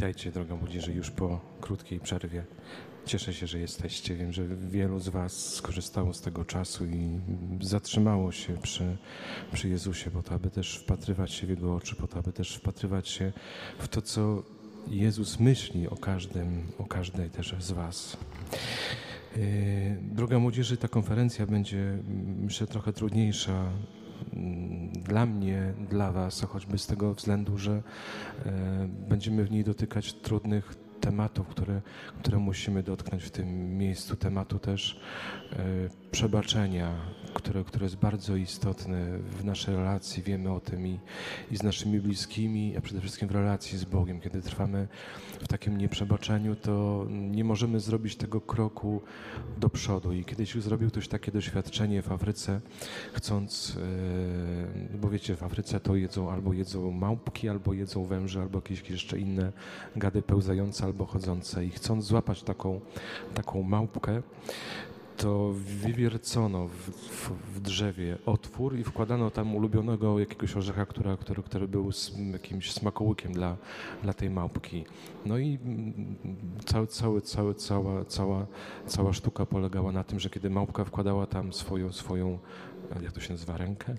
Witajcie, droga młodzieży, już po krótkiej przerwie. Cieszę się, że jesteście. Wiem, że wielu z was skorzystało z tego czasu i zatrzymało się przy Jezusie, po to, aby też wpatrywać się w Jego oczy, po to, aby też wpatrywać się w to, co Jezus myśli o każdej też z was. Droga młodzieży, ta konferencja będzie, myślę, trochę trudniejsza dla mnie, dla was, choćby z tego względu, że będziemy w niej dotykać trudnych tematów, które musimy dotknąć w tym miejscu. Tematu też przebaczenia, które jest bardzo istotne w naszej relacji. Wiemy o tym i z naszymi bliskimi, a przede wszystkim w relacji z Bogiem. Kiedy trwamy w takim nieprzebaczeniu, to nie możemy zrobić tego kroku do przodu. I kiedyś już zrobił ktoś takie doświadczenie w Afryce, chcąc, bo wiecie, w Afryce to jedzą małpki, albo jedzą węże, albo jakieś jeszcze inne gady pełzające, albo chodzące. I chcąc złapać taką małpkę, to wywiercono w drzewie otwór i wkładano tam ulubionego jakiegoś orzecha, który był jakimś smakołykiem dla tej małpki. No i cała sztuka polegała na tym, że kiedy małpka wkładała tam swoją jak to się nazywa, rękę?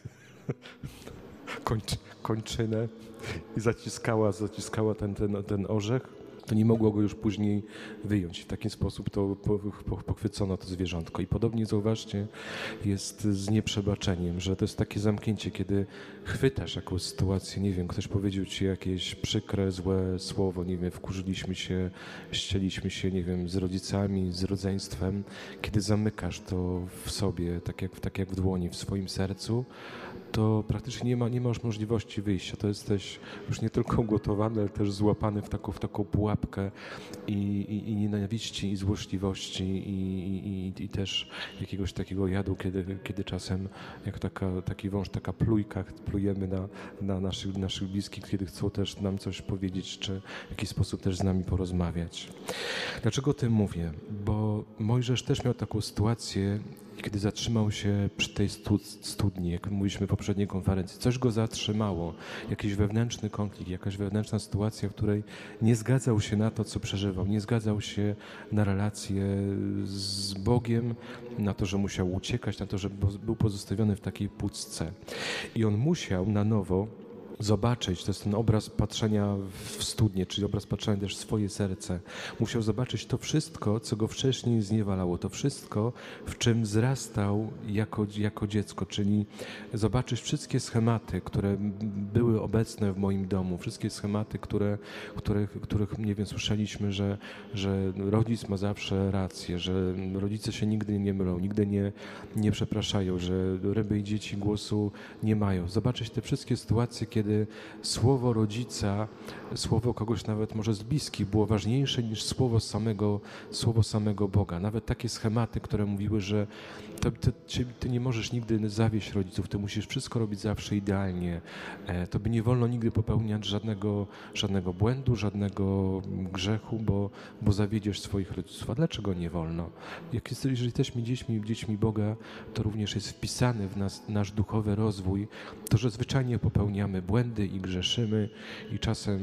Kończynę i zaciskała ten orzech, to nie mogło go już później wyjąć. W taki sposób to pochwycono to zwierzątko. I podobnie, zauważcie, jest z nieprzebaczeniem, że to jest takie zamknięcie, kiedy chwytasz jakąś sytuację, nie wiem, ktoś powiedział ci jakieś przykre, złe słowo, nie wiem, wkurzyliśmy się, ścieliśmy się, nie wiem, z rodzicami, z rodzeństwem, kiedy zamykasz to w sobie, tak jak w dłoni, w swoim sercu, to praktycznie nie masz możliwości wyjścia. To jesteś już nie tylko ugotowany, ale też złapany w taką pułapkę i nienawiści, i złośliwości, i też jakiegoś takiego jadu, kiedy czasem jak taki wąż, taka plujka, plujemy na naszych bliskich, kiedy chcą też nam coś powiedzieć, czy w jakiś sposób też z nami porozmawiać. Dlaczego o tym mówię? Bo Mojżesz też miał taką sytuację, kiedy zatrzymał się przy tej studni, jak mówiliśmy w poprzedniej konferencji. Coś go zatrzymało, jakiś wewnętrzny konflikt, jakaś wewnętrzna sytuacja, w której nie zgadzał się na to, co przeżywał, nie zgadzał się na relację z Bogiem, na to, że musiał uciekać, na to, że był pozostawiony w takiej pustce. I on musiał na nowo zobaczyć, to jest ten obraz patrzenia w studnię, czyli obraz patrzenia też w swoje serce. Musiał zobaczyć to wszystko, co go wcześniej zniewalało, to wszystko, w czym wzrastał jako dziecko, czyli zobaczyć wszystkie schematy, które były obecne w moim domu, wszystkie schematy, których nie wiem, słyszeliśmy, że rodzic ma zawsze rację, że rodzice się nigdy nie mylą, nigdy nie przepraszają, że ryby i dzieci głosu nie mają. Zobaczyć te wszystkie sytuacje, kiedy słowo rodzica, słowo kogoś nawet może z bliskich było ważniejsze niż słowo samego Boga. Nawet takie schematy, które mówiły, że ty nie możesz nigdy zawieść rodziców, ty musisz wszystko robić zawsze idealnie. Tobie nie wolno nigdy popełniać żadnego błędu, żadnego grzechu, bo zawiedziesz swoich rodziców. A dlaczego nie wolno? Jeżeli jesteśmy dziećmi Boga, to również jest wpisany w nas nasz duchowy rozwój, to, że zwyczajnie popełniamy błędy i grzeszymy i czasem,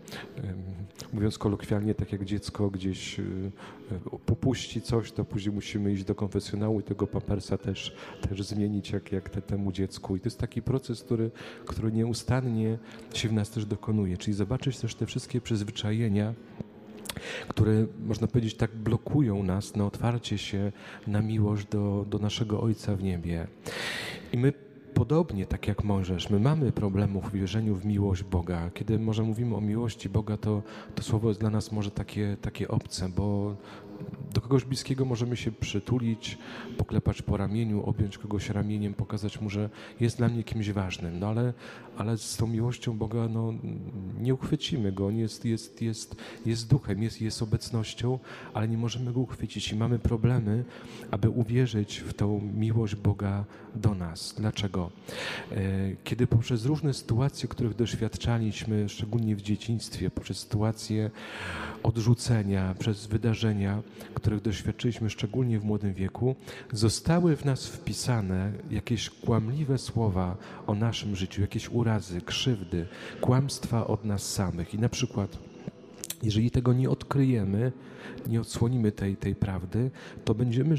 mówiąc kolokwialnie, tak jak dziecko gdzieś popuści coś, to później musimy iść do konfesjonału i tego pampersa też zmienić jak temu dziecku. I to jest taki proces, który nieustannie się w nas też dokonuje. Czyli zobaczyć też te wszystkie przyzwyczajenia, które, można powiedzieć, tak blokują nas na otwarcie się na miłość do naszego Ojca w niebie. I my podobnie, tak jak Mojżesz, my mamy problemów w wierzeniu w miłość Boga. Kiedy może mówimy o miłości Boga, to słowo jest dla nas może takie obce, bo do kogoś bliskiego możemy się przytulić, poklepać po ramieniu, objąć kogoś ramieniem, pokazać mu, że jest dla mnie kimś ważnym. No ale z tą miłością Boga nie uchwycimy go. On jest duchem, jest obecnością, ale nie możemy go uchwycić i mamy problemy, aby uwierzyć w tą miłość Boga do nas. Dlaczego? Kiedy poprzez różne sytuacje, których doświadczaliśmy, szczególnie w dzieciństwie, poprzez sytuacje odrzucenia, przez wydarzenia, których doświadczyliśmy szczególnie w młodym wieku, zostały w nas wpisane jakieś kłamliwe słowa o naszym życiu, jakieś urazy, krzywdy, kłamstwa od nas samych. I na przykład Jeżeli tego nie odkryjemy, nie odsłonimy tej prawdy, to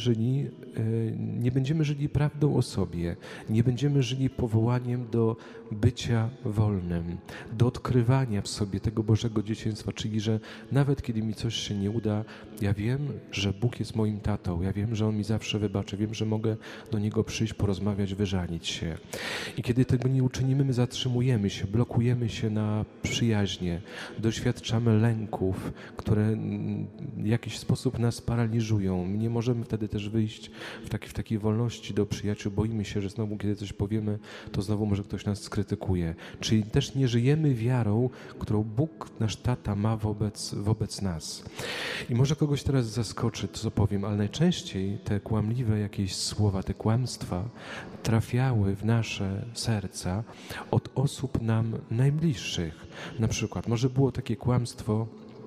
nie będziemy żyli prawdą o sobie, nie będziemy żyli powołaniem do bycia wolnym, do odkrywania w sobie tego Bożego dzieciństwa, czyli że nawet kiedy mi coś się nie uda, ja wiem, że Bóg jest moim tatą, ja wiem, że On mi zawsze wybaczy, wiem, że mogę do Niego przyjść, porozmawiać, wyżalić się. I kiedy tego nie uczynimy, my zatrzymujemy się, blokujemy się na przyjaźnie, doświadczamy lęków, które w jakiś sposób nas paraliżują. Nie możemy wtedy też wyjść w takiej wolności do przyjaciół. Boimy się, że znowu, kiedy coś powiemy, to znowu może ktoś nas skrytykuje. Czyli też nie żyjemy wiarą, którą Bóg, nasz tata, ma wobec nas. I może kogoś teraz zaskoczy to, co powiem, ale najczęściej te kłamliwe jakieś słowa, te kłamstwa trafiały w nasze serca od osób nam najbliższych. Na przykład może było takie kłamstwo,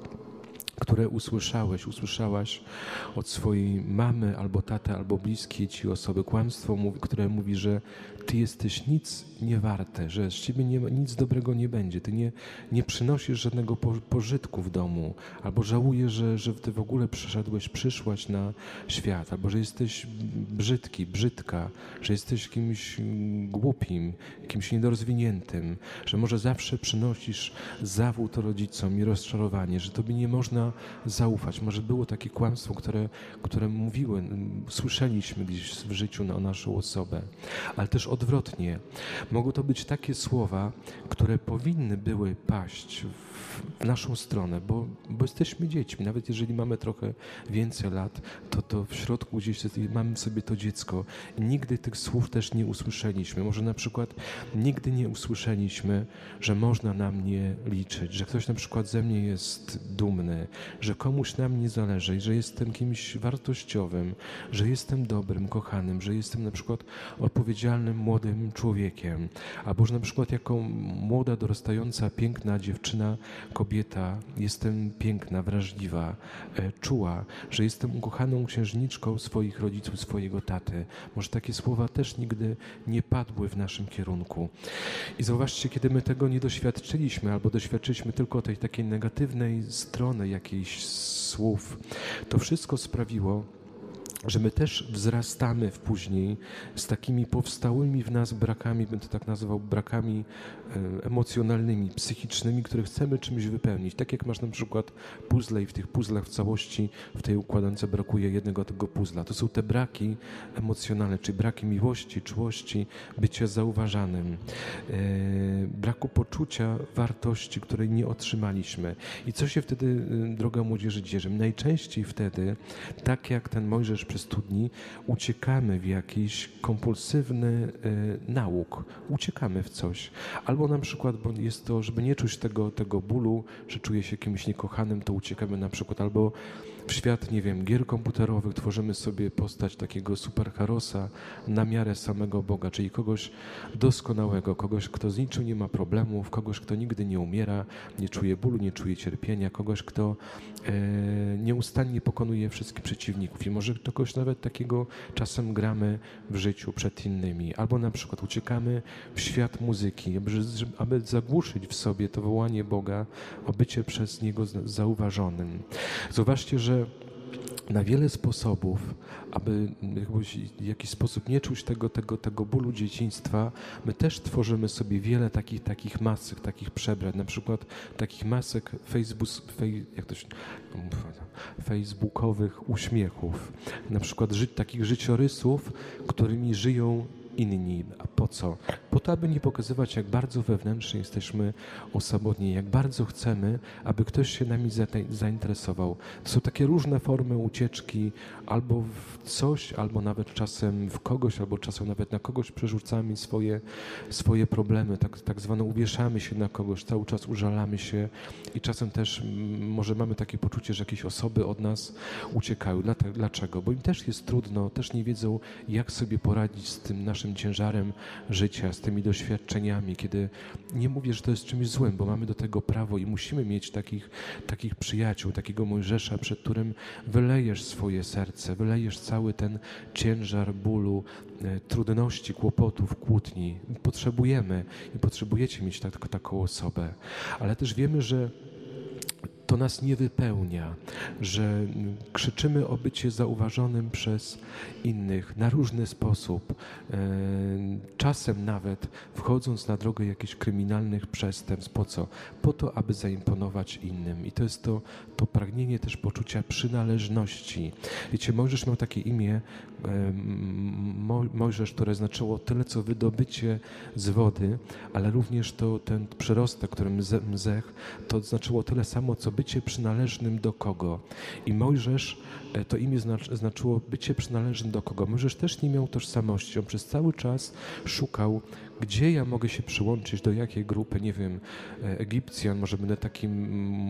które usłyszałaś od swojej mamy albo taty, albo bliskiej ci osoby. Kłamstwo, które mówi, że ty jesteś nic nie warte, że z ciebie nic dobrego nie będzie. Ty nie przynosisz żadnego pożytku w domu, albo żałujesz, że ty w ogóle przyszłaś na świat, albo że jesteś brzydki, brzydka, że jesteś kimś głupim, kimś niedorozwiniętym, że może zawsze przynosisz zawód rodzicom i rozczarowanie, że tobie nie można zaufać. Może było takie kłamstwo, które słyszeliśmy gdzieś w życiu o naszą osobę, ale też odwrotnie. Mogą to być takie słowa, które powinny były paść w naszą stronę, bo jesteśmy dziećmi. Nawet jeżeli mamy trochę więcej lat, to w środku gdzieś mamy w sobie to dziecko. I nigdy tych słów też nie usłyszeliśmy. Może na przykład nigdy nie usłyszeliśmy, że można na mnie liczyć, że ktoś na przykład ze mnie jest dumny, że komuś na mnie zależy, że jestem kimś wartościowym, że jestem dobrym, kochanym, że jestem na przykład odpowiedzialnym młodym człowiekiem, albo że na przykład jako młoda, dorastająca, piękna dziewczyna, kobieta jestem piękna, wrażliwa, czuła, że jestem ukochaną księżniczką swoich rodziców, swojego taty. Może takie słowa też nigdy nie padły w naszym kierunku. I zauważcie, kiedy my tego nie doświadczyliśmy, albo doświadczyliśmy tylko tej takiej negatywnej strony jakichś słów, to wszystko sprawiło, że my też wzrastamy później z takimi powstałymi w nas brakami, bym to tak nazwał, brakami emocjonalnymi, psychicznymi, które chcemy czymś wypełnić. Tak jak masz na przykład puzzle i w tych puzzlach w całości, w tej układance brakuje jednego tego puzzla. To są te braki emocjonalne, czyli braki miłości, czułości, bycia zauważanym, braku poczucia wartości, której nie otrzymaliśmy. I co się wtedy, droga młodzieży, dzieje? Najczęściej wtedy, tak jak ten Mojżesz przy studni, uciekamy w jakiś kompulsywny nauk. Uciekamy w coś. Albo na przykład, bo jest to, żeby nie czuć tego bólu, że czuję się kimś niekochanym, to uciekamy na przykład albo w świat, nie wiem, gier komputerowych, tworzymy sobie postać takiego superherosa na miarę samego Boga, czyli kogoś doskonałego, kogoś, kto z niczym nie ma problemów, kogoś, kto nigdy nie umiera, nie czuje bólu, nie czuje cierpienia, kogoś, kto nieustannie pokonuje wszystkich przeciwników. I może kogoś nawet takiego czasem gramy w życiu przed innymi. Albo na przykład uciekamy w świat muzyki, aby zagłuszyć w sobie to wołanie Boga o bycie przez Niego zauważonym. Zauważcie, że na wiele sposobów, aby w jakiś sposób nie czuć tego bólu dzieciństwa, my też tworzymy sobie wiele takich masek, takich przebrań, na przykład takich masek facebookowych uśmiechów, na przykład takich życiorysów, którymi żyją inni. A po co? Po to, aby nie pokazywać, jak bardzo wewnętrznie jesteśmy osamotnieni, jak bardzo chcemy, aby ktoś się nami zainteresował. To są takie różne formy ucieczki, albo w coś, albo nawet czasem w kogoś, albo czasem nawet na kogoś przerzucamy swoje problemy, tak zwane uwieszamy się na kogoś, cały czas użalamy się i czasem też może mamy takie poczucie, że jakieś osoby od nas uciekają. Dlaczego? Bo im też jest trudno, też nie wiedzą, jak sobie poradzić z tym naszym ciężarem życia, z tymi doświadczeniami, kiedy nie mówię, że to jest czymś złym, bo mamy do tego prawo i musimy mieć takich przyjaciół, takiego Mojżesza, przed którym wylejesz swoje serce, wylejesz cały ten ciężar bólu, trudności, kłopotów, kłótni. Potrzebujemy i potrzebujecie mieć taką osobę. Ale też wiemy, że to nas nie wypełnia, że krzyczymy o bycie zauważonym przez innych na różny sposób, czasem nawet wchodząc na drogę jakichś kryminalnych przestępstw. Po co? Po to, aby zaimponować innym. I to jest to pragnienie też poczucia przynależności. Wiecie, Mojżesz miał takie imię, Mojżesz, które znaczyło tyle, co wydobycie z wody, ale również ten przyrostek, którym Mzech, to znaczyło tyle samo, co bycie przynależnym do kogo. I Mojżesz, to imię znaczyło bycie przynależnym do kogo. Mojżesz też nie miał tożsamości. On przez cały czas szukał, gdzie ja mogę się przyłączyć, do jakiej grupy, nie wiem, Egipcjan, może będę takim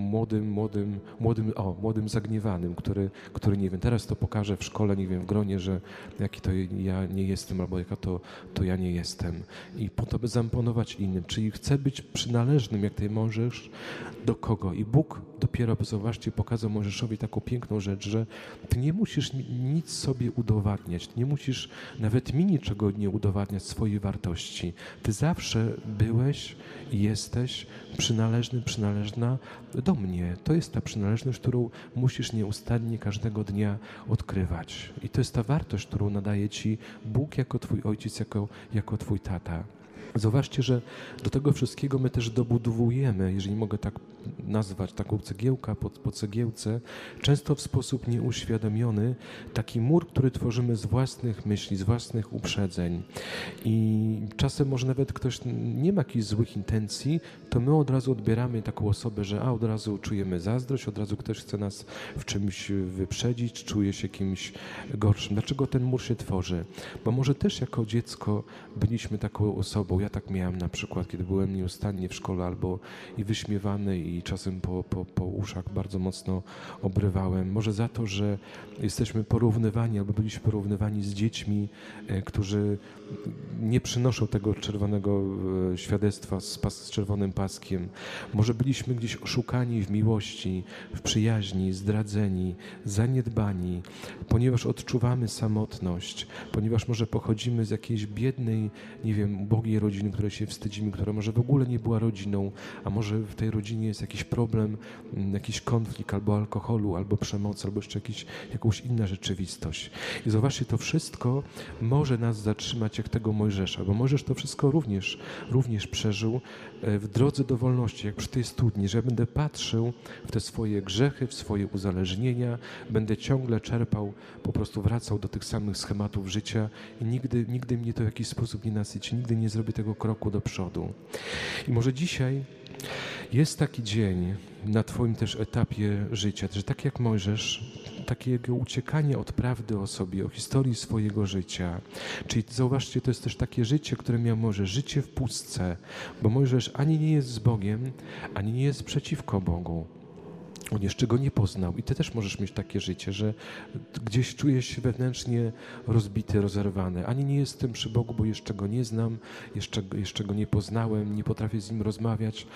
młodym zagniewanym, który, nie wiem, teraz to pokażę w szkole, nie wiem, w gronie, że jaki to ja nie jestem, albo jaka to ja nie jestem. I po to, by zaimponować innym. Czyli chcę być przynależnym, jak ty Mojżesz, do kogo. I Bóg dopiero, zobaczcie, pokazał Mojżeszowi taką piękną rzecz, że ty nie musisz nic sobie udowadniać, ty nie musisz nawet mi niczego nie udowadniać swojej wartości. Ty zawsze byłeś i jesteś przynależna do mnie. To jest ta przynależność, którą musisz nieustannie każdego dnia odkrywać. I to jest ta wartość, którą nadaje ci Bóg jako twój ojciec, jako twój tata. Zauważcie, że do tego wszystkiego my też dobudowujemy, jeżeli mogę tak nazwać, taką cegiełkę po cegiełce, często w sposób nieuświadomiony, taki mur, który tworzymy z własnych myśli, z własnych uprzedzeń. I czasem może nawet ktoś nie ma jakichś złych intencji, to my od razu odbieramy taką osobę, że od razu czujemy zazdrość, od razu ktoś chce nas w czymś wyprzedzić, czuje się kimś gorszym. Dlaczego ten mur się tworzy? Bo może też jako dziecko byliśmy taką osobą. Ja tak miałem na przykład, kiedy byłem nieustannie w szkole albo i wyśmiewany i czasem po uszach bardzo mocno obrywałem. Może za to, że jesteśmy porównywani albo byliśmy porównywani z dziećmi, którzy nie przynoszą tego czerwonego świadectwa z czerwonym paskiem. Może byliśmy gdzieś oszukani w miłości, w przyjaźni, zdradzeni, zaniedbani, ponieważ odczuwamy samotność, ponieważ może pochodzimy z jakiejś biednej, nie wiem, ubogiej rodziny, której się wstydzimy, która może w ogóle nie była rodziną, a może w tej rodzinie jest jakiś problem, jakiś konflikt albo alkoholu, albo przemocy, albo jeszcze jakąś inna rzeczywistość. I zobaczcie, to wszystko może nas zatrzymać jak tego Mojżesza, bo Mojżesz to wszystko również przeżył w drodze do wolności, jak przy tej studni, że ja będę patrzył w te swoje grzechy, w swoje uzależnienia, będę ciągle czerpał, po prostu wracał do tych samych schematów życia i nigdy mnie to w jakiś sposób nie nasyci, nigdy nie zrobię tego kroku do przodu. I może dzisiaj jest taki dzień na twoim też etapie życia, że tak jak Mojżesz, takiego uciekania od prawdy o sobie, o historii swojego życia. Czyli zauważcie, to jest też takie życie, które miał Mojżesz, życie w pustce, bo Mojżesz ani nie jest z Bogiem, ani nie jest przeciwko Bogu. On jeszcze go nie poznał i ty też możesz mieć takie życie, że gdzieś czujesz się wewnętrznie rozbity, rozerwany. Ani nie jestem przy Bogu, bo jeszcze go nie znam, jeszcze go nie poznałem, nie potrafię z nim rozmawiać,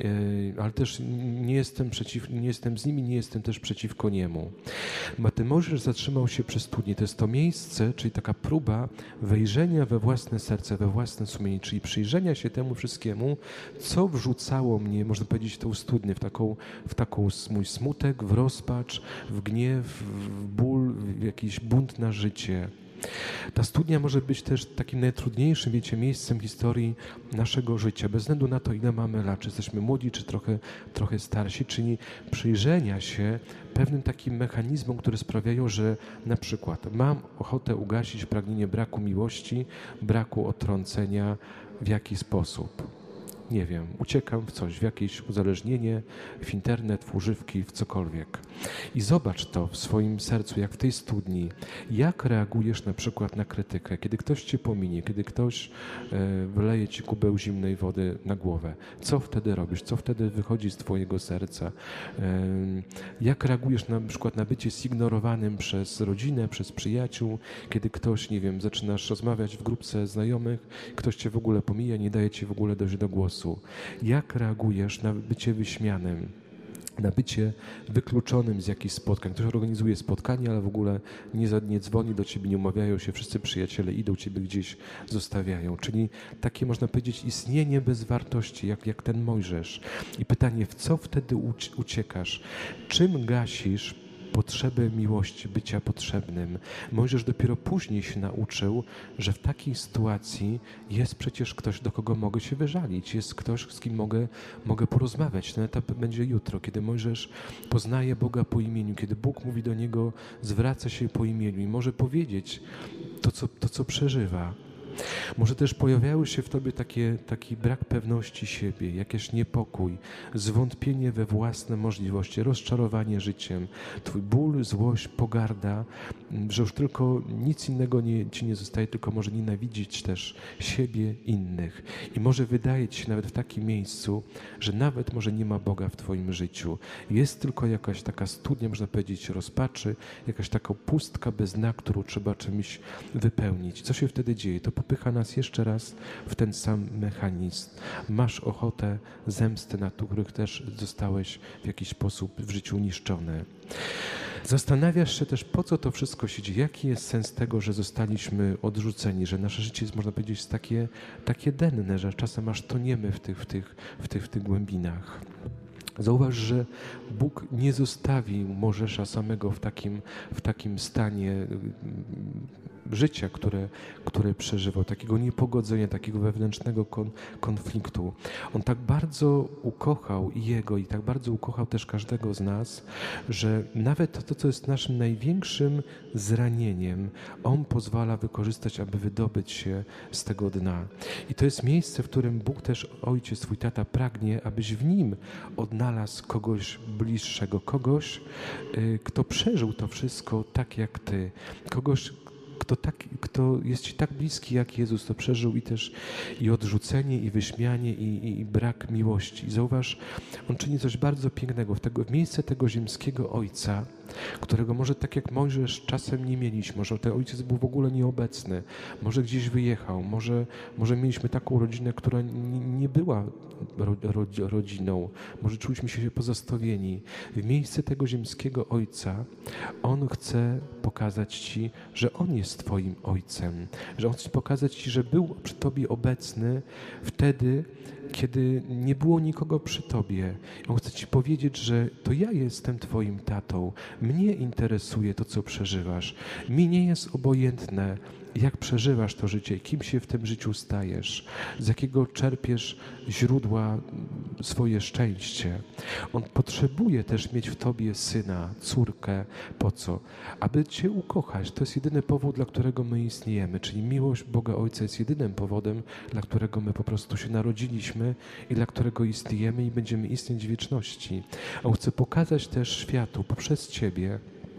ale też nie jestem z nim i nie jestem też przeciwko niemu. Mojżesz zatrzymał się przy studni. To jest to miejsce, czyli taka próba wejrzenia we własne serce, we własne sumienie, czyli przyjrzenia się temu wszystkiemu, co wrzucało mnie, można powiedzieć, tą studnię, w taką mój smutek, w rozpacz, w gniew, w ból, w jakiś bunt na życie. Ta studnia może być też takim najtrudniejszym, miejscem historii naszego życia, bez względu na to, ile mamy lat, czy jesteśmy młodzi, czy trochę starsi, czyli przyjrzenia się pewnym takim mechanizmom, które sprawiają, że na przykład mam ochotę ugasić pragnienie braku miłości, braku odtrącenia w jaki sposób. Nie wiem, uciekam w coś, w jakieś uzależnienie, w internet, w używki, w cokolwiek. I zobacz to w swoim sercu, jak w tej studni, jak reagujesz na przykład na krytykę, kiedy ktoś cię pominie, kiedy ktoś wyleje ci kubeł zimnej wody na głowę. Co wtedy robisz? Co wtedy wychodzi z twojego serca? Jak reagujesz na przykład na bycie zignorowanym przez rodzinę, przez przyjaciół, kiedy ktoś, nie wiem, zaczynasz rozmawiać w grupce znajomych, ktoś cię w ogóle pomija, nie daje ci w ogóle dojść do głosu. Jak reagujesz na bycie wyśmianym? na bycie wykluczonym z jakichś spotkań. Ktoś organizuje spotkanie, ale w ogóle nie dzwoni do ciebie, nie umawiają się, wszyscy przyjaciele idą, ciebie gdzieś zostawiają. Czyli takie, można powiedzieć, istnienie bez wartości, jak ten Mojżesz. I pytanie, w co wtedy uciekasz? Czym gasisz potrzebę miłości, bycia potrzebnym? Mojżesz dopiero później się nauczył, że w takiej sytuacji jest przecież ktoś, do kogo mogę się wyżalić, jest ktoś, z kim mogę porozmawiać. Ten etap będzie jutro, kiedy Mojżesz poznaje Boga po imieniu, kiedy Bóg mówi do niego, zwraca się po imieniu i może powiedzieć to, co przeżywa. Może też pojawiały się w tobie taki brak pewności siebie, jakiś niepokój, zwątpienie we własne możliwości, rozczarowanie życiem, twój ból, złość, pogarda, że już tylko nic innego ci nie zostaje, tylko może nienawidzić też siebie, innych. I może wydaje ci się nawet w takim miejscu, że nawet może nie ma Boga w twoim życiu. Jest tylko jakaś taka studnia, można powiedzieć, rozpaczy, jakaś taka pustka bez dna, którą trzeba czymś wypełnić. Co się wtedy dzieje? To popycha nas jeszcze raz w ten sam mechanizm. Masz ochotę zemsty, na których też zostałeś w jakiś sposób w życiu uniszczony. Zastanawiasz się też, po co to wszystko się dzieje, jaki jest sens tego, że zostaliśmy odrzuceni, że nasze życie jest, można powiedzieć, takie denne, że czasem aż toniemy w tych głębinach. Zauważ, że Bóg nie zostawił Mojżesza samego w takim stanie życia, które przeżywał, takiego niepogodzenia, takiego wewnętrznego konfliktu. On tak bardzo ukochał jego i tak bardzo ukochał też każdego z nas, że nawet to, co jest naszym największym zranieniem, On pozwala wykorzystać, aby wydobyć się z tego dna. I to jest miejsce, w którym Bóg też, Ojciec, Twój Tata, pragnie, abyś w Nim odnalazł kogoś bliższego, kogoś, kto przeżył to wszystko tak jak Ty, kogoś, kto jest Ci tak bliski jak Jezus, to przeżył i odrzucenie, i wyśmianie, i brak miłości. I zauważ, On czyni coś bardzo pięknego. W miejsce tego ziemskiego Ojca, którego może tak jak Mojżesz czasem nie mieliśmy, może ten Ojciec był w ogóle nieobecny, może gdzieś wyjechał, może mieliśmy taką rodzinę, która nie była rodziną, może czuliśmy się pozostawieni. W miejsce tego ziemskiego Ojca On chce pokazać Ci, że On jest Twoim Ojcem, że On chce pokazać Ci, że był przy Tobie obecny wtedy, kiedy nie było nikogo przy Tobie. On chce Ci powiedzieć, że to ja jestem Twoim tatą. Mnie interesuje to, co przeżywasz. Mi nie jest obojętne, jak przeżywasz to życie, kim się w tym życiu stajesz, z jakiego czerpiesz źródła swoje szczęście. On potrzebuje też mieć w Tobie syna, córkę. Po co? Aby Cię ukochać. To jest jedyny powód, dla którego my istniejemy, czyli miłość Boga Ojca jest jedynym powodem, dla którego my po prostu się narodziliśmy i dla którego istniejemy i będziemy istnieć w wieczności. On chce pokazać też światu poprzez Ciebie,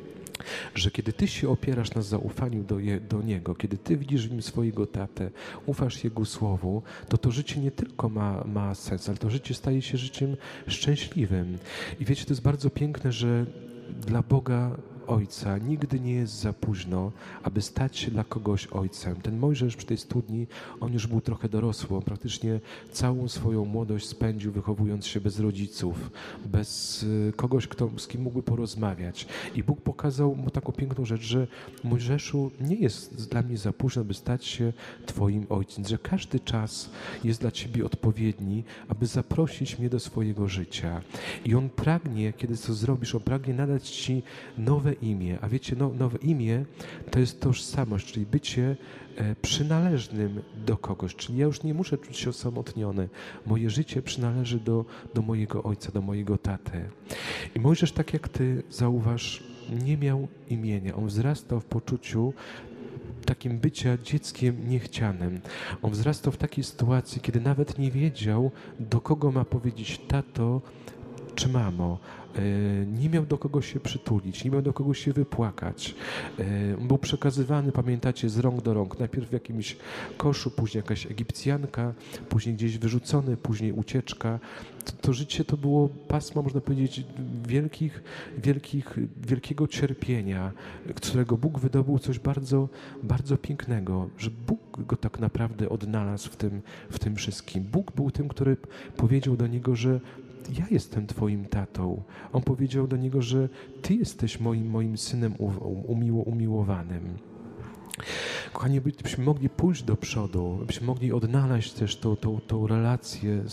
że kiedy Ty się opierasz na zaufaniu do Niego, kiedy Ty widzisz w Nim swojego tatę, ufasz Jego słowu, to życie nie tylko ma sens, ale to życie staje się życiem szczęśliwym. I wiecie, to jest bardzo piękne, że dla Boga Ojca nigdy nie jest za późno, aby stać się dla kogoś ojcem. Ten Mojżesz przy tej studni, on już był trochę dorosły, on praktycznie całą swoją młodość spędził wychowując się bez rodziców, bez kogoś, z kim mógłby porozmawiać. I Bóg pokazał mu taką piękną rzecz, że Mojżeszu, nie jest dla mnie za późno, aby stać się Twoim ojcem, że każdy czas jest dla Ciebie odpowiedni, aby zaprosić mnie do swojego życia. I On pragnie, kiedy to zrobisz, On pragnie nadać Ci nowe imię. A wiecie, nowe imię to jest tożsamość, czyli bycie przynależnym do kogoś. Czyli ja już nie muszę czuć się osamotniony. Moje życie przynależy do mojego ojca, do mojego taty. I Mojżesz, tak jak Ty, zauważ, nie miał imienia. On wzrastał w poczuciu takim bycia dzieckiem niechcianym. On wzrastał w takiej sytuacji, kiedy nawet nie wiedział, do kogo ma powiedzieć tato czy mamo. Nie miał do kogo się przytulić, nie miał do kogo się wypłakać. Był przekazywany, pamiętacie, z rąk do rąk. Najpierw w jakimś koszu, później jakaś Egipcjanka, później gdzieś wyrzucony, później ucieczka. To życie to było pasmo, można powiedzieć, wielkiego cierpienia, z którego Bóg wydobył coś bardzo, bardzo pięknego, że Bóg go tak naprawdę odnalazł w tym wszystkim. Bóg był tym, który powiedział do niego, że ja jestem twoim tatą. On powiedział do niego, że ty jesteś moim synem umiłowanym. Kochani, byśmy mogli pójść do przodu, byśmy mogli odnaleźć też tą relację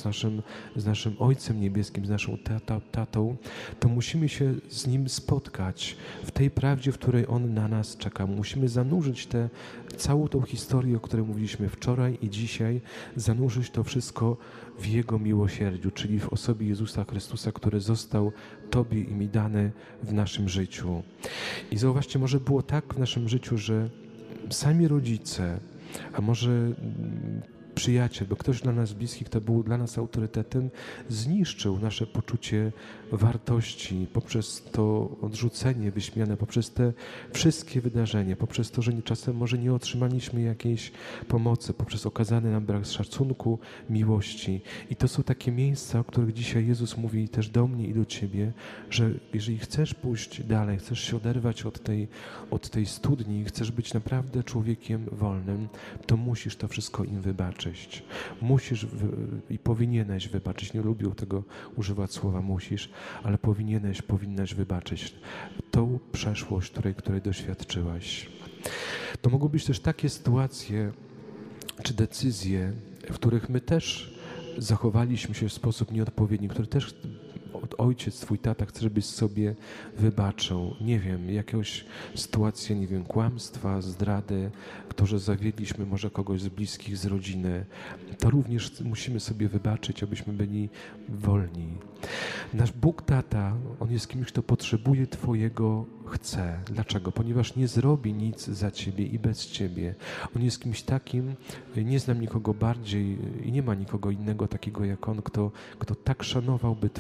z naszym Ojcem Niebieskim, z naszą tatą, to musimy się z Nim spotkać w tej prawdzie, w której On na nas czeka. Musimy zanurzyć całą tą historię, o której mówiliśmy wczoraj i dzisiaj, zanurzyć to wszystko w Jego miłosierdziu, czyli w osobie Jezusa Chrystusa, który został Tobie i mi dany w naszym życiu. I zauważcie, może było tak w naszym życiu, że sami rodzice, a może przyjaciel, bo ktoś dla nas bliski, kto był dla nas autorytetem, zniszczył nasze poczucie wartości poprzez to odrzucenie, wyśmiane, poprzez te wszystkie wydarzenia, poprzez to, że czasem może nie otrzymaliśmy jakiejś pomocy, poprzez okazany nam brak szacunku, miłości. I to są takie miejsca, o których dzisiaj Jezus mówi też do mnie i do Ciebie, że jeżeli chcesz pójść dalej, chcesz się oderwać od tej studni, chcesz być naprawdę człowiekiem wolnym, to musisz to wszystko im wybaczyć. Musisz i powinieneś wybaczyć. Nie lubię tego używać słowa musisz, ale powinnaś wybaczyć tą przeszłość, której doświadczyłaś. To mogą być też takie sytuacje czy decyzje, w których my też zachowaliśmy się w sposób nieodpowiedni, które też ojciec, twój tata chce, żebyś sobie wybaczył. Nie wiem, jakąś sytuację, nie wiem, kłamstwa, zdrady, to, że zawiedliśmy może kogoś z bliskich, z rodziny. To również musimy sobie wybaczyć, abyśmy byli wolni. Nasz Bóg tata, On jest kimś, kto potrzebuje twojego chce. Dlaczego? Ponieważ nie zrobi nic za ciebie i bez ciebie. On jest kimś takim, nie znam nikogo bardziej i nie ma nikogo innego takiego jak On, kto tak szanowałby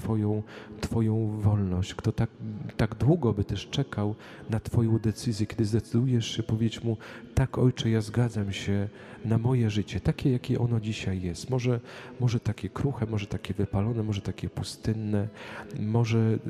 twoją wolność, kto tak długo by też czekał na twoją decyzję, kiedy zdecydujesz się powiedzieć Mu, tak Ojcze, ja zgadzam się na moje życie, takie jakie ono dzisiaj jest. Może takie kruche, może takie wypalone, może takie pustynne, może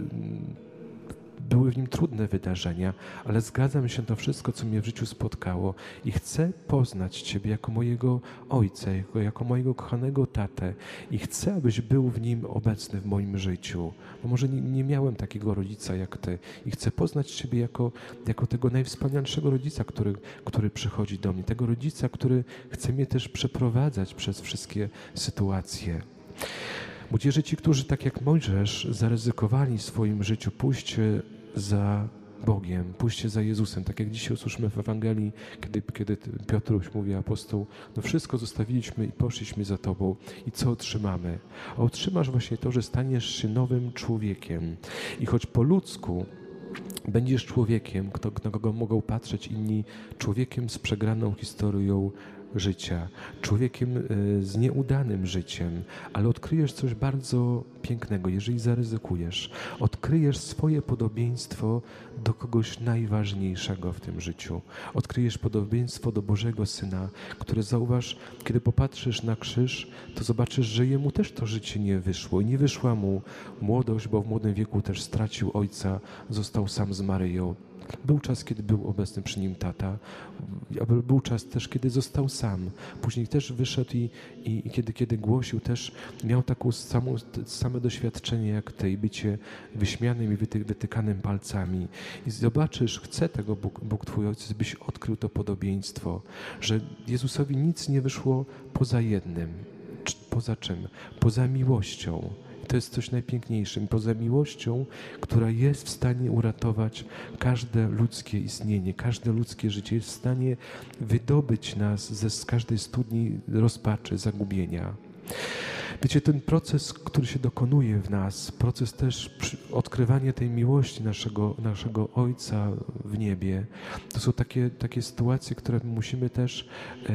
były w nim trudne wydarzenia, ale zgadzam się na to wszystko, co mnie w życiu spotkało i chcę poznać Ciebie jako mojego Ojca, jako mojego kochanego tatę i chcę, abyś był w nim obecny w moim życiu, bo może nie miałem takiego rodzica jak Ty i chcę poznać Ciebie jako tego najwspanialszego rodzica, który przychodzi do mnie, tego rodzica, który chce mnie też przeprowadzać przez wszystkie sytuacje. Młodzieży, ci, którzy tak jak Mojżesz zaryzykowali w swoim życiu pójście za Bogiem, pójście za Jezusem, tak jak dzisiaj usłyszymy w Ewangelii, kiedy Piotruś mówi, apostoł, no wszystko zostawiliśmy i poszliśmy za Tobą i co otrzymamy? A otrzymasz właśnie to, że staniesz się nowym człowiekiem i choć po ludzku będziesz człowiekiem, na kogo mogą patrzeć inni, człowiekiem z przegraną historią życia, człowiekiem z nieudanym życiem, ale odkryjesz coś bardzo pięknego, jeżeli zaryzykujesz. Odkryjesz swoje podobieństwo do kogoś najważniejszego w tym życiu. Odkryjesz podobieństwo do Bożego Syna, które zauważ, kiedy popatrzysz na krzyż, to zobaczysz, że Jemu też to życie nie wyszło. I nie wyszła Mu młodość, bo w młodym wieku też stracił ojca, został sam z Maryją. Był czas, kiedy był obecny przy nim tata, ale był czas też, kiedy został sam. Później też wyszedł i kiedy głosił, też miał taką same doświadczenie jak ty, i bycie wyśmianym i wytykanym palcami. I zobaczysz, chce tego Bóg twój Ojciec, byś odkrył to podobieństwo, że Jezusowi nic nie wyszło poza jednym. Poza czym? Poza miłością. To jest coś najpiękniejszym. Poza miłością, która jest w stanie uratować każde ludzkie istnienie, każde ludzkie życie, jest w stanie wydobyć nas z każdej studni rozpaczy, zagubienia. Wiecie, ten proces, który się dokonuje w nas, proces też odkrywania tej miłości naszego Ojca w niebie, to są takie sytuacje, które musimy też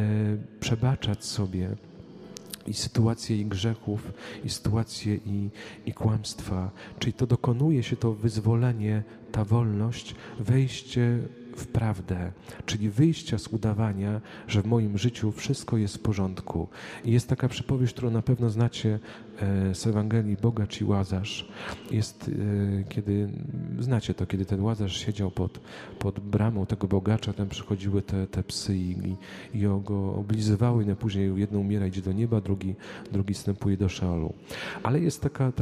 przebaczać sobie. I sytuacje i grzechów, i sytuacje i kłamstwa. Czyli to dokonuje się to wyzwolenie, ta wolność, wejście w prawdę, czyli wyjścia z udawania, że w moim życiu wszystko jest w porządku. I jest taka przypowieść, którą na pewno znacie z Ewangelii, Bogacz i Łazarz. Jest, znacie to, kiedy ten Łazarz siedział pod bramą tego bogacza, tam przychodziły te psy i go oblizywały, no później jeden umiera, idzie do nieba, drugi wstępuje do Szeolu. Ale jest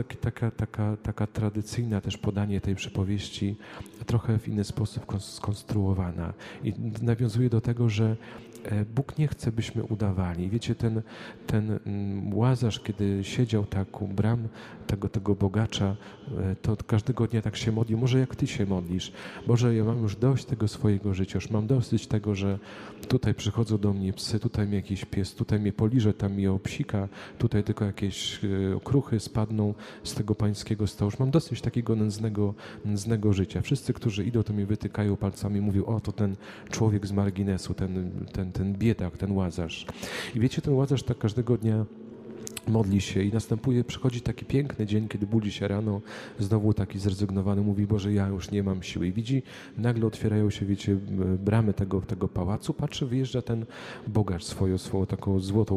taka tradycyjna też podanie tej przypowieści, trochę w inny sposób skonstruowana i nawiązuje do tego, że Bóg nie chce, byśmy udawali. Wiecie, ten Łazarz, kiedy siedział tak u bram tego bogacza, to każdego dnia tak się modlił. Może jak ty się modlisz. Boże, ja mam już dość tego swojego życia. Już mam dosyć tego, że tutaj przychodzą do mnie psy, tutaj mi jakiś pies, tutaj mnie poliże, tam mi obsika, tutaj tylko jakieś okruchy spadną z tego pańskiego stołu. Już mam dosyć takiego nędznego życia. Wszyscy, którzy idą, to mnie wytykają palcami, mówią, o, to ten człowiek z marginesu, ten biedak, ten Łazarz. I wiecie, ten Łazarz tak każdego dnia modli się i przychodzi taki piękny dzień, kiedy budzi się rano, znowu taki zrezygnowany, mówi, Boże, ja już nie mam siły. I widzi, nagle otwierają się, wiecie, bramy tego pałacu, patrzy, wyjeżdża ten bogacz swoją taką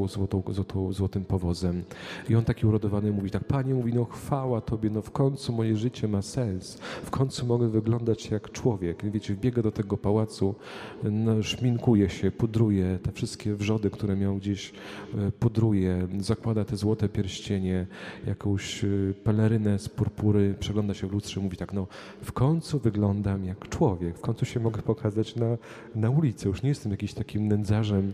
złotym powozem. I on taki urodowany mówi tak, Panie, mówi, no chwała Tobie, no w końcu moje życie ma sens, w końcu mogę wyglądać jak człowiek. I wiecie, wbiega do tego pałacu, no, szminkuje się, pudruje te wszystkie wrzody, które miał gdzieś, pudruje, zakłada te złote pierścienie, jakąś pelerynę z purpury, przegląda się w lustrze, mówi tak, no w końcu wyglądam jak człowiek, w końcu się mogę pokazać na ulicy, już nie jestem jakimś takim nędzarzem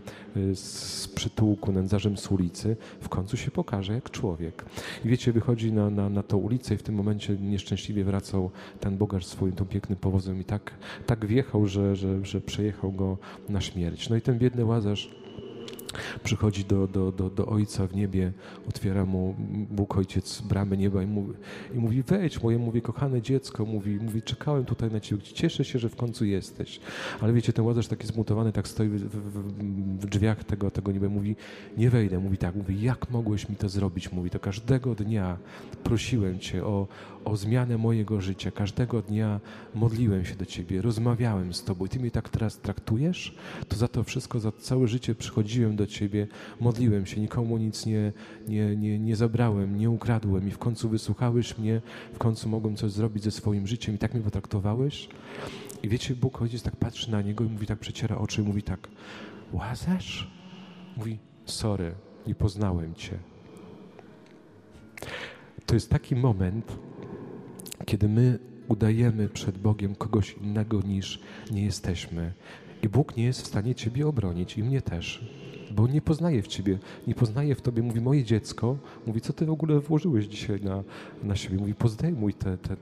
z przytułku, nędzarzem z ulicy, w końcu się pokażę jak człowiek. I wiecie, wychodzi na tą ulicę i w tym momencie nieszczęśliwie wracał ten bogacz swoim tą pięknym powozem i tak wjechał, że przejechał go na śmierć. No i ten biedny Łazarz przychodzi do Ojca w niebie, otwiera mu Bóg Ojciec bramy nieba i mówi, wejdź moje, mówi, kochane dziecko, mówi, czekałem tutaj na Ciebie, cieszę się, że w końcu jesteś. Ale wiecie, ten Łazarz taki zmutowany, tak stoi w drzwiach tego nieba, mówi, nie wejdę, mówi, jak mogłeś mi to zrobić, mówi, to każdego dnia prosiłem Cię o zmianę mojego życia, każdego dnia modliłem się do Ciebie, rozmawiałem z Tobą i Ty mnie tak teraz traktujesz, to za to wszystko, za całe życie przychodziłem do Ciebie, modliłem się, nikomu nic nie zabrałem, nie ukradłem i w końcu wysłuchałeś mnie, w końcu mogłem coś zrobić ze swoim życiem i tak mnie potraktowałeś. I wiecie, Bóg Ojciec tak patrzy na niego i mówi tak, przeciera oczy i mówi tak, Łazarz? Mówi, sorry, nie poznałem Cię. To jest taki moment, kiedy my udajemy przed Bogiem kogoś innego niż nie jesteśmy. I Bóg nie jest w stanie Ciebie obronić i mnie też. Bo nie poznaje w Ciebie, nie poznaje w Tobie. Mówi, moje dziecko, mówi, co Ty w ogóle włożyłeś dzisiaj na siebie? Mówi, pozdejmuj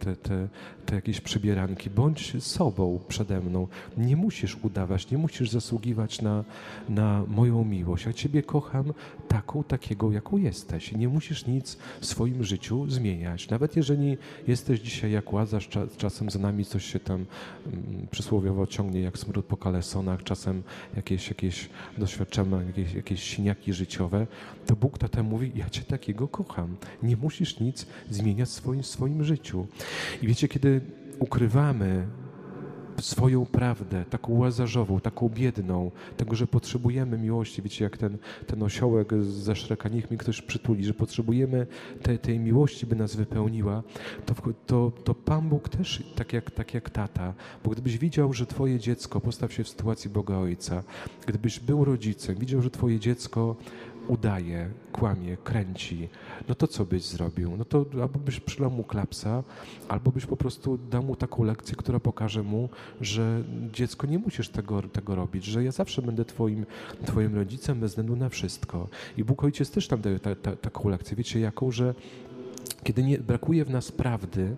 te jakieś przybieranki, bądź sobą przede mną. Nie musisz udawać, nie musisz zasługiwać na moją miłość. Ja Ciebie kocham takiego, jaką jesteś. I nie musisz nic w swoim życiu zmieniać. Nawet jeżeli jesteś dzisiaj jak Łazarz, czasem za nami coś się tam przysłowiowo ciągnie, jak smród po kalesonach, czasem jakieś doświadczamy, jakieś siniaki życiowe, to Bóg tata mówi, ja Cię takiego kocham. Nie musisz nic zmieniać w swoim życiu. I wiecie, kiedy ukrywamy swoją prawdę, taką łazarzową, taką biedną, tego, że potrzebujemy miłości, wiecie, jak ten osiołek ze Szreka, niech mi ktoś przytuli, że potrzebujemy tej miłości, by nas wypełniła, to Pan Bóg też, tak jak tata, bo gdybyś widział, że Twoje dziecko, postaw się w sytuacji Boga Ojca, gdybyś był rodzicem, widział, że Twoje dziecko udaje, kłamie, kręci, no to co byś zrobił? No to albo byś przylał mu klapsa, albo byś po prostu dał mu taką lekcję, która pokaże mu, że dziecko, nie musisz tego robić, że ja zawsze będę twoim rodzicem bez względu na wszystko. I Bóg Ojciec też tam daje taką lekcję. Wiecie jaką? Że kiedy nie brakuje w nas prawdy,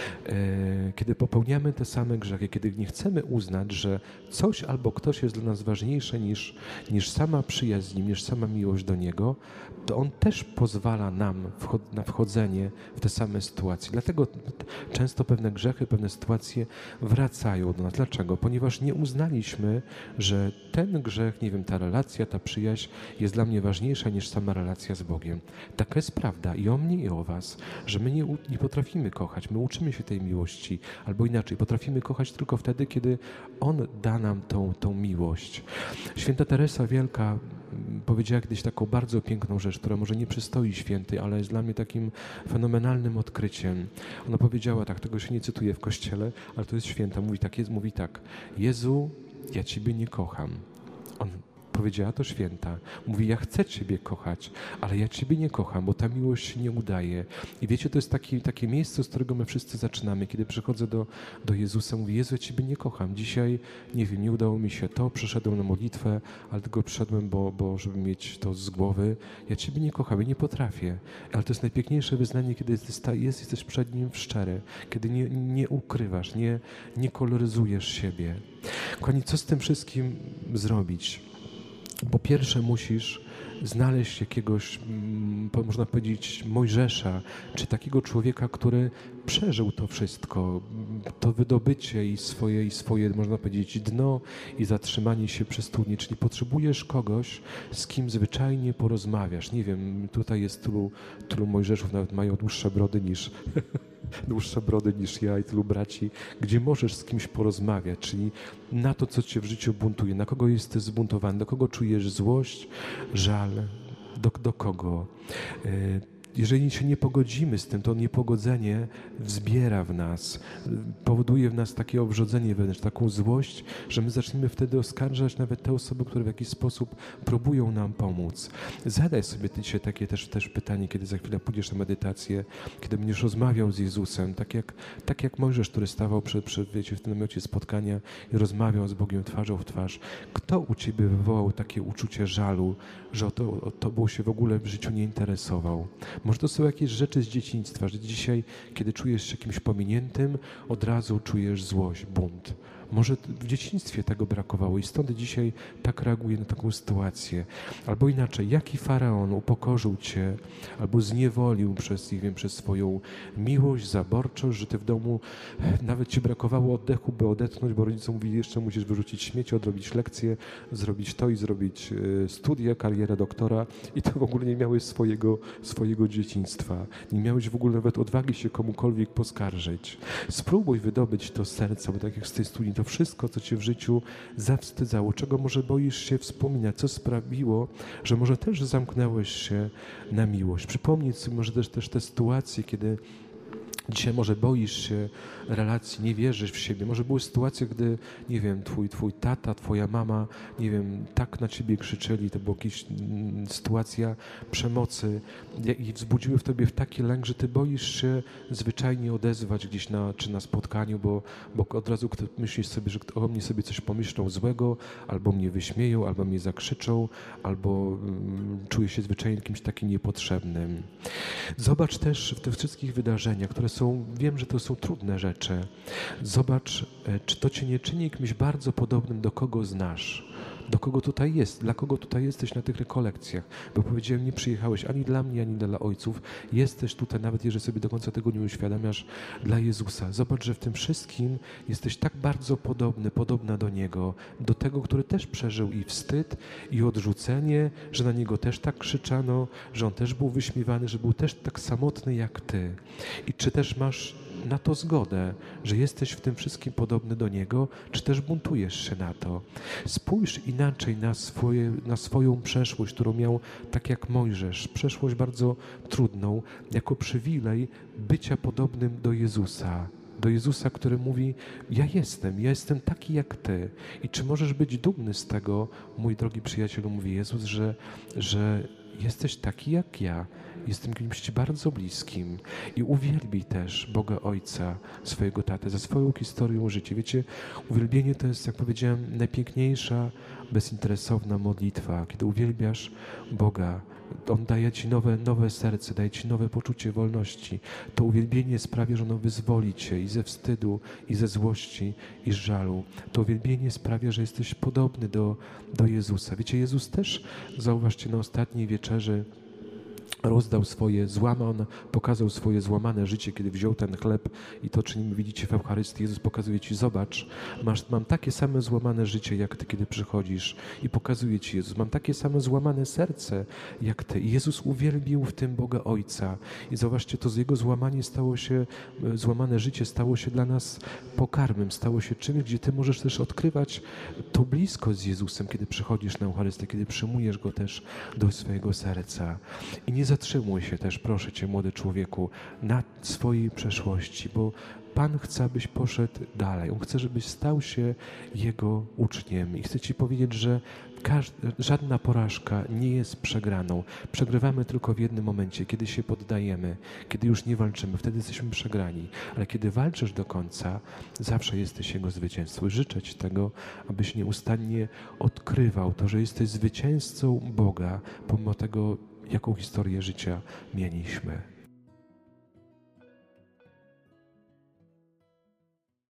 kiedy popełniamy te same grzechy, kiedy nie chcemy uznać, że coś albo ktoś jest dla nas ważniejsze niż sama przyjaźń z Nim, niż sama miłość do Niego, to On też pozwala nam na wchodzenie w te same sytuacje. Dlatego często pewne grzechy, pewne sytuacje wracają do nas. Dlaczego? Ponieważ nie uznaliśmy, że ten grzech, nie wiem, ta relacja, ta przyjaźń jest dla mnie ważniejsza niż sama relacja z Bogiem. Taka jest prawda i o mnie, i o was. że my nie potrafimy kochać, my uczymy się tej miłości, albo inaczej, potrafimy kochać tylko wtedy, kiedy On da nam tą miłość. Święta Teresa Wielka powiedziała kiedyś taką bardzo piękną rzecz, która może nie przystoi świętej, ale jest dla mnie takim fenomenalnym odkryciem. Ona powiedziała tak, tego się nie cytuje w Kościele, ale to jest święta, mówi tak, Jezu, ja Ciebie nie kocham. Powiedziała to święta. Mówi, ja chcę Ciebie kochać, ale ja Ciebie nie kocham, bo ta miłość się nie udaje. I wiecie, to jest takie miejsce, z którego my wszyscy zaczynamy. Kiedy przychodzę do Jezusa, mówię, Jezu, ja Ciebie nie kocham. Dzisiaj, nie wiem, nie udało mi się to, przyszedłem na modlitwę, ale tylko przyszedłem, bo żeby mieć to z głowy. Ja Ciebie nie kocham, ja nie potrafię. Ale to jest najpiękniejsze wyznanie, kiedy jesteś przed Nim szczery, kiedy nie ukrywasz, nie koloryzujesz siebie. Kochani, co z tym wszystkim zrobić? Po pierwsze musisz znaleźć jakiegoś, można powiedzieć, Mojżesza, czy takiego człowieka, który przeżył to wszystko, to wydobycie i swoje, można powiedzieć, dno i zatrzymanie się przy studni. Czyli potrzebujesz kogoś, z kim zwyczajnie porozmawiasz. Nie wiem, tutaj jest tylu Mojżeszów, nawet mają dłuższe brody niż ja i tylu braci, gdzie możesz z kimś porozmawiać, czyli na to, co cię w życiu buntuje, na kogo jesteś zbuntowany, do kogo czujesz złość, żal, do kogo. Jeżeli się nie pogodzimy z tym, to niepogodzenie wzbiera w nas, powoduje w nas takie obrzodzenie wewnętrzne, taką złość, że my zaczniemy wtedy oskarżać nawet te osoby, które w jakiś sposób próbują nam pomóc. Zadaj sobie dzisiaj takie też pytanie, kiedy za chwilę pójdziesz na medytację, kiedy będziesz rozmawiał z Jezusem, tak jak Mojżesz, który stawał w tym namiocie spotkania i rozmawiał z Bogiem twarzą w twarz. Kto u ciebie wywołał takie uczucie żalu, że o tobą się w ogóle w życiu nie interesował? Może to są jakieś rzeczy z dzieciństwa, że dzisiaj, kiedy czujesz się kimś pominiętym, od razu czujesz złość, bunt. Może w dzieciństwie tego brakowało i stąd dzisiaj tak reaguje na taką sytuację. Albo inaczej, jaki faraon upokorzył cię albo zniewolił przez swoją miłość, zaborczość, że ty w domu nawet ci brakowało oddechu, by odetchnąć, bo rodzice mówili, jeszcze musisz wyrzucić śmieci, odrobić lekcje, zrobić to i zrobić studia, karierę doktora i to w ogóle nie miałeś swojego dzieciństwa. Nie miałeś w ogóle nawet odwagi się komukolwiek poskarżyć. Spróbuj wydobyć to z serca, bo tak jak z tej studii, to wszystko, co cię w życiu zawstydzało, czego może boisz się wspominać, co sprawiło, że może też zamknęłeś się na miłość. Przypomnij sobie może też te sytuacje, kiedy dzisiaj może boisz się relacji, nie wierzysz w siebie. Może były sytuacje, gdy, nie wiem, twój tata, twoja mama, nie wiem, tak na ciebie krzyczeli, to była jakaś sytuacja przemocy i wzbudziły w tobie taki lęk, że ty boisz się zwyczajnie odezwać gdzieś czy na spotkaniu, bo od razu myślisz sobie, że o mnie sobie coś pomyślą złego, albo mnie wyśmieją, albo mnie zakrzyczą, albo czuję się zwyczajnie kimś takim niepotrzebnym. Zobacz też w tych wszystkich wydarzeniach, które wiem, że to są trudne rzeczy. Zobacz, czy to cię nie czyni kimś bardzo podobnym, do kogo znasz, do kogo tutaj jest, dla kogo tutaj jesteś na tych rekolekcjach. Bo powiedziałem, nie przyjechałeś ani dla mnie, ani dla ojców. Jesteś tutaj, nawet jeżeli sobie do końca tego nie uświadamiasz, dla Jezusa. Zobacz, że w tym wszystkim jesteś tak bardzo podobna do Niego, do tego, który też przeżył i wstyd, i odrzucenie, że na Niego też tak krzyczano, że On też był wyśmiewany, że był też tak samotny jak Ty. I czy też masz na to zgodę, że jesteś w tym wszystkim podobny do Niego, czy też buntujesz się na to? Spójrz inaczej na swoją przeszłość, którą miał tak jak Mojżesz, przeszłość bardzo trudną, jako przywilej bycia podobnym do Jezusa, który mówi, ja jestem taki jak Ty. I czy możesz być dumny z tego, mój drogi przyjacielu, mówi Jezus, że jesteś taki jak ja. Jestem kimś Ci bardzo bliskim i uwielbij też Boga Ojca, swojego Tatę, za swoją historią życia. Wiecie, uwielbienie to jest, jak powiedziałem, najpiękniejsza, bezinteresowna modlitwa. Kiedy uwielbiasz Boga, On daje Ci nowe serce, daje Ci nowe poczucie wolności. To uwielbienie sprawia, że ono wyzwoli Cię i ze wstydu, i ze złości, i z żalu. To uwielbienie sprawia, że jesteś podobny do Jezusa. Wiecie, Jezus też, zauważcie, na ostatniej wieczerzy rozdał swoje złamane, pokazał swoje złamane życie, kiedy wziął ten chleb i to czynimy, widzicie w Eucharystii. Jezus pokazuje ci, zobacz, mam takie same złamane życie, jak ty, kiedy przychodzisz, i pokazuje ci Jezus, mam takie same złamane serce, jak ty. I Jezus uwielbił w tym Boga Ojca. I zobaczcie, to z Jego złamane życie stało się dla nas pokarmem, stało się czymś, gdzie ty możesz też odkrywać to bliskość z Jezusem, kiedy przychodzisz na Eucharystię, kiedy przyjmujesz Go też do swojego serca. I nie zatrzymuj się też, proszę Cię, młody człowieku, na swojej przeszłości, bo Pan chce, abyś poszedł dalej. On chce, żebyś stał się Jego uczniem. I chcę Ci powiedzieć, że żadna porażka nie jest przegraną. Przegrywamy tylko w jednym momencie, kiedy się poddajemy, kiedy już nie walczymy, wtedy jesteśmy przegrani. Ale kiedy walczysz do końca, zawsze jesteś Jego zwycięzcą. I życzę Ci tego, abyś nieustannie odkrywał to, że jesteś zwycięzcą Boga, pomimo tego, jaką historię życia mieliśmy.